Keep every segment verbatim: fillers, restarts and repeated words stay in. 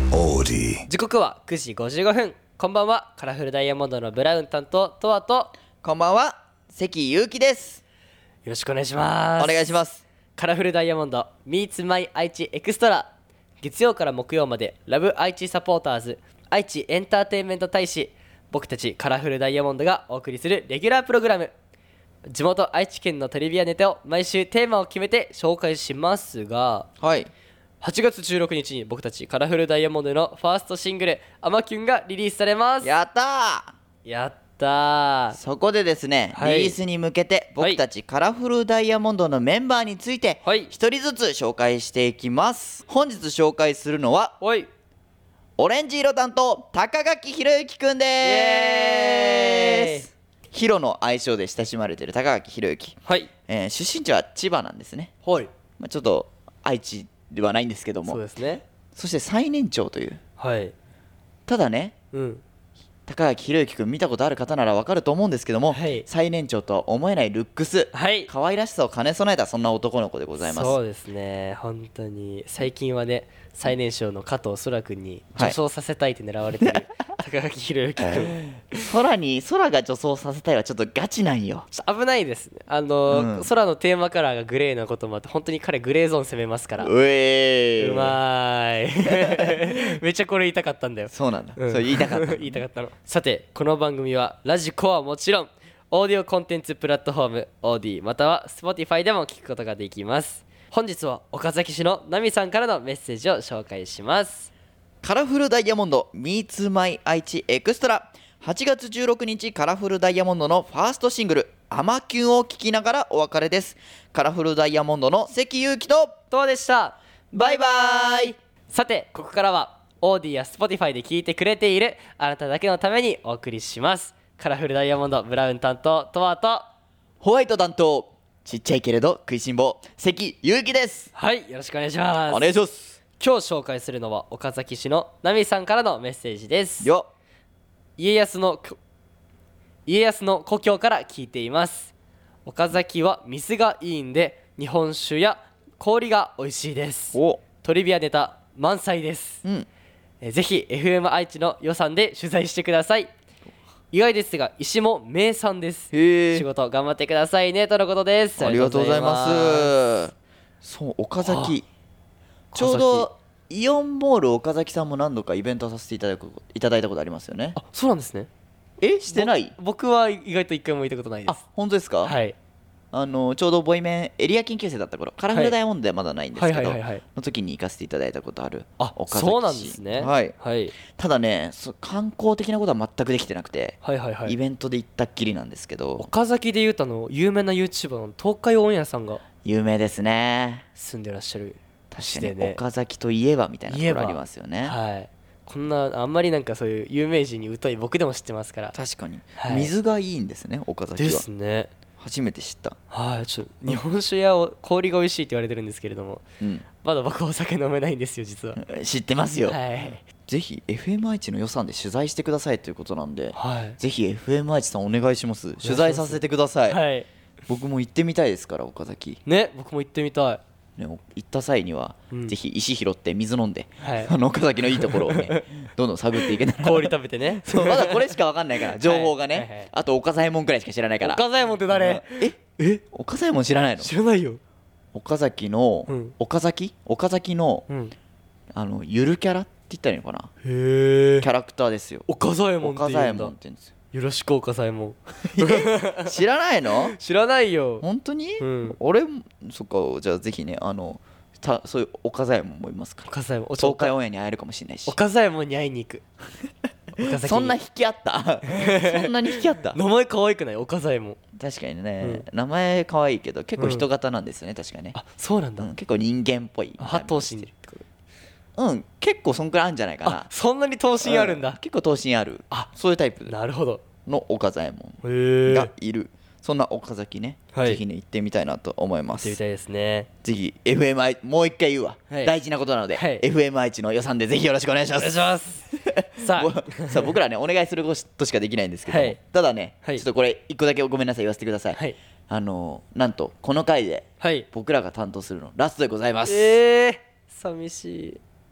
オーディ。 時刻はくじごじゅうごふん。こんばんは。カラフルダイヤモンドのブラウン担当トワとよこんばんは、関ゆうきです。 ろしくお願いします。 お願いします。 カラフルダイヤモンド Meets My 愛知エクストラ。月曜から木曜までラブ愛知サポーターズ愛知エンターテインメント大使、僕たちカラフルダイヤモンドがお送りするレギュラープログラム。地元愛知県のトリビアネタを毎週テーマを決めて紹介しますが、 はい。 はちがつじゅうろくにちに僕たちカラフルダイヤモンドのファーストシングル「アマキュン」がリリースされます。 やったやったー。 ー。そこでですね、 はいリリースに向けて僕たちカラフルダイヤモンドのメンバーについてはい一人ずつ紹介していきます。本日紹介するのはおいオレンジ色担当高垣ひろゆきくんでイエーイーす。ヒロの愛称で親しまれている高垣ひろゆき、 はいえー出身地は千葉なんですね。 はいまあ、ちょっと愛知ではないんですけども、 そうですね。 そして最年長という。 はいただね、 うん高垣ひろゆきくん見たことある方ならわかると思うんですけども、 はい最年長とは思えないルックス、 はい可愛らしさを兼ね備えたそんな男の子でございます。 そうですね。本当に最近はね、最年少の加藤空くんに女装させたいって狙われてる、高垣ひろゆきくん空に空が女装させたいはちょっとガチなんよ。 ちょっと危ないですね。あの、 うん空のテーマカラーがグレーなこともあって、本当に彼グレーゾーン攻めますから。 うえーうまーいめっちゃこれ言いたかったんだよ。 そうなんだ、 うんそう言いたかった言いたかったの。さて、この番組はラジコはもちろんオーディオコンテンツプラットフォームオーディまたは Spotify でも聞くことができます。本日は岡崎市のナミさんからのメッセージを紹介します。 カラフルダイヤモンド Meets My 愛知エクストラ。はちがつじゅうろくにちカラフルダイヤモンドのファーストシングルアマキュンを聴きながらお別れです。カラフルダイヤモンドの関ゆうきとどうでした。 バイバーイ。 さて、ここからはオーディや Spotify で聞いてくれているあなただけのためにお送りします。カラフルダイヤモンドブラウン担当トワと、 ホワイト担当ちっちゃいけれど食いしん坊関ゆうきです。 はい、よろしくお願いします。 お願いします。 今日紹介するのは岡崎市のナミさんからのメッセージです。 よっ。 家康の家康の故郷から聞いています。岡崎は水がいいんで日本酒や氷が美味しいです。 おトリビアネタ満載です。 うんえーぜひ エフエム 愛知の予算で取材してください。意外ですが石も名産です。 へえ仕事頑張ってくださいねとのことです。 ありがとうございまありがとうございますす。そう岡崎あちょうどイオンモール岡崎さんも何度かイベントさせていただくいただいたことありますよね。 あ、そうなんですね。 えしてない？ ぼ僕は意外と一回も行ったことないであす。 本当ですか？ はいあのちょうどボイメンエリア研究生だった頃カラフルダイヤモンドではまだないんですけど、 はいはいはいはいの時に行かせていただいたことあるあ、 岡崎市。 そうなんですね。 はい。 はいただねそ観光的なことは全くできてなくて、 はいはいはい。 イベントで行ったっきりなんですけど岡崎でいうとあの有名な YouTuber の東海オンエアさんが有名ですね。 住んでらっしゃる確かにしてね。 岡崎といえばみたいなところ言えばありますよね。 はい。こんなあんまりなんかそういう有名人に疎い僕でも知ってますから。 確かに、 はい水がいいんですね岡崎では。 すね。 初めて知った。 はい。ちょっと日本酒やお氷が美味しいって言われてるんですけれども、 うんまだ僕お酒飲めないんですよ実は。 知ってますよ、 はいぜひ エフエム 愛知の予算で取材してくださいということなんで、 はいぜひ エフエム 愛知さんお願いします。取材させてください、 はい。 僕も行ってみたいですから岡崎、 ね、僕も行ってみたい。 ね、お行った際には、 うんぜひ石拾って水飲んで、 はいあの岡崎のいいところをねどんどん探っていけない氷食べてね。 そうまだこれしか分かんないから情報がね、 はいはいはいあと岡左衛門くらいしか知らないから。 岡左衛門って誰？ ええ岡左衛門知らないの？ 知らないよ。 岡崎の、 うん岡崎岡崎のうん。 あのゆるキャラって言ったらいいのかな、 へえキ。ャラクターですよ。 岡左衛門って岡左衛言うんだ。 門って言うんですよ。 よろしく岡左衛門。 知らないの？ 知らないよ。 本当に、 うん俺もそっか。じゃあぜひねあのたそういう岡左衛門もいますから岡左衛門。おちょ東海オンエアに会えるかもしれないし。 岡左衛門に会いに行く。岡崎にそんな引きあったそんなに引きあった名前可愛くない岡左衛門。 確かにね、名前可愛いけど結構人型なんですよね、確かね。 あ、そうなんだ。 うん、結構人間っぽいみたいな八頭身ってこと。 うん結構そんくらいあるんじゃないかなあ、。そんなに頭身あるんうだ。 結構頭身ある。 あそういうタイプなるほど。 の岡左衛門へえ。 が行っいる、そんな岡崎ね、 はいぜひね行ってみたいなと思います。 てみたいですね。 ぜひ エフエム 愛もう一回言うわ、 はい大事なことなので、 はいエフエム 愛知の予算でぜひよろしくお願いしまお願いす。 します。さぼあ、 さあ僕らねお願いすることしかできないんですけども、 はいただね、 はいちょっとこれ一個だけごめんなさい言わせてください、 はいあのなんとこの回ではい。 僕らが担当するのラストでございます、 えー、寂しい。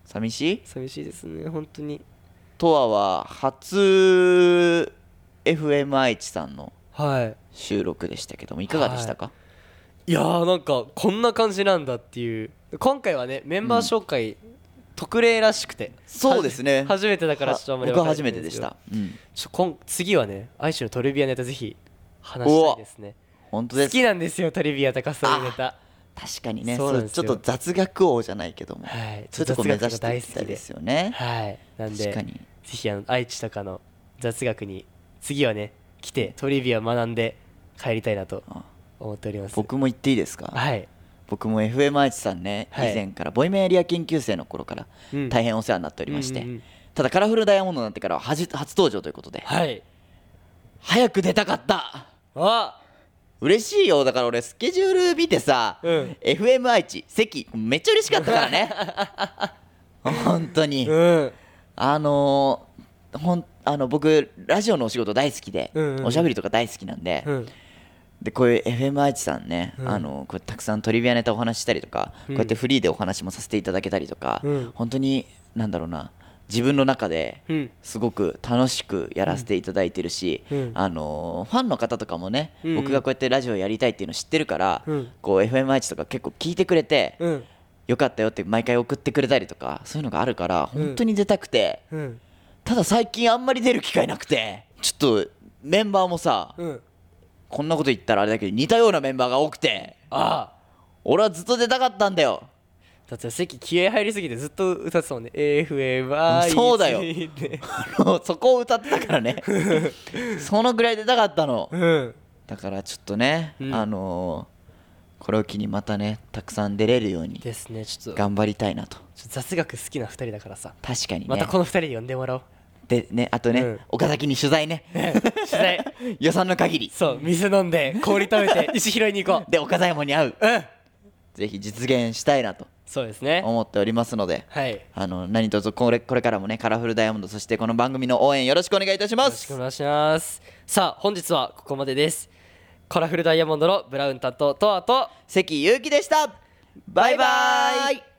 寂しい寂しいですね本当に。 とわは初 エフエム 愛知さんのはい収録でしたけどもいかがでしたか？ いやーなんかこんな感じなんだっていう。今回はねメンバー紹介、特例らしくて、 そうですねは初めてだからちょっとあんまり僕は分かんないん初めてでした、うん、 ちょ今次はね愛知のトリビアネタぜひ話したいですね。 本当です。 好きなんですよトリビアとかそういうネタ。 確かにね、 そうなんですよそうちょっと雑学王じゃないけども、 はいそういうとこ目指してい雑学が大好きできたいですよね。 はいなんで確かにぜひあの愛知とかの雑学に次はね来てトリビア学んで帰りたいなとあ思っております。 僕も言っていいですか？ はい僕も エフエム 愛知さんね、 はい以前からボイメンエリア研究生の頃からうん大変お世話になっておりまして、 うんうんうんただカラフルダイヤモンドになってからは初初登場ということではい早く出たかった。 あ嬉しいよ。だから俺スケジュール見てさ、 うんエフエム 愛知席めっちゃ嬉しかったからね本当に、 うんあのー、ほんあの僕ラジオのお仕事大好きで、 うんうんうんおしゃべりとか大好きなんで、 うんでこういう エフエム 愛知さんね、 うんあのこうたくさんトリビアネタお話ししたりとか、 うんこうやってフリーでお話もさせていただけたりとか、 うん本当になんだろうな、自分の中でうんすごく楽しくやらせていただいてるし、 うんあのーファンの方とかもね、 うん僕がこうやってラジオやりたいっていうの知ってるから、 うんこう エフエム 愛知とか結構聞いてくれて、 うんよかったよって毎回送ってくれたりとかそういうのがあるからうん本当に出たくて、 うんただ最近あんまり出る機会なくて、ちょっとメンバーもさ、 うんこんなこと言ったらあれだけど似たようなメンバーが多くて、 ああ俺はずっと出たかったんだよ。 だって席気合入りすぎてずっと歌ってたもんね エフエム 愛知そうだよってあのそこを歌ってたからねそのぐらい出たかったの。 うんだからちょっとね、 うんあのーこれを機にまたねたくさん出れるようにですね。ちょっと頑張りたいなと。 ちょっと雑学好きなふたりだからさ確かにね。 またこのふたりで呼んでもらおうでね、あとね、 うん岡崎に取材ね取材予算の限りそう水飲んで氷食べて石拾いに行こで岡左衛門に会う、 ううんぜひ実現したいなとそうですね思っておりますので、 はいよあの何卒これこれからもねカラフルダイヤモンドそしてこの番組の応援よろしくお願いいたしますろしくお。願いします。さあ本日はここまでです。カラフルダイヤモンドのブラウン担当とあと関ゆうきでした。バイバイ。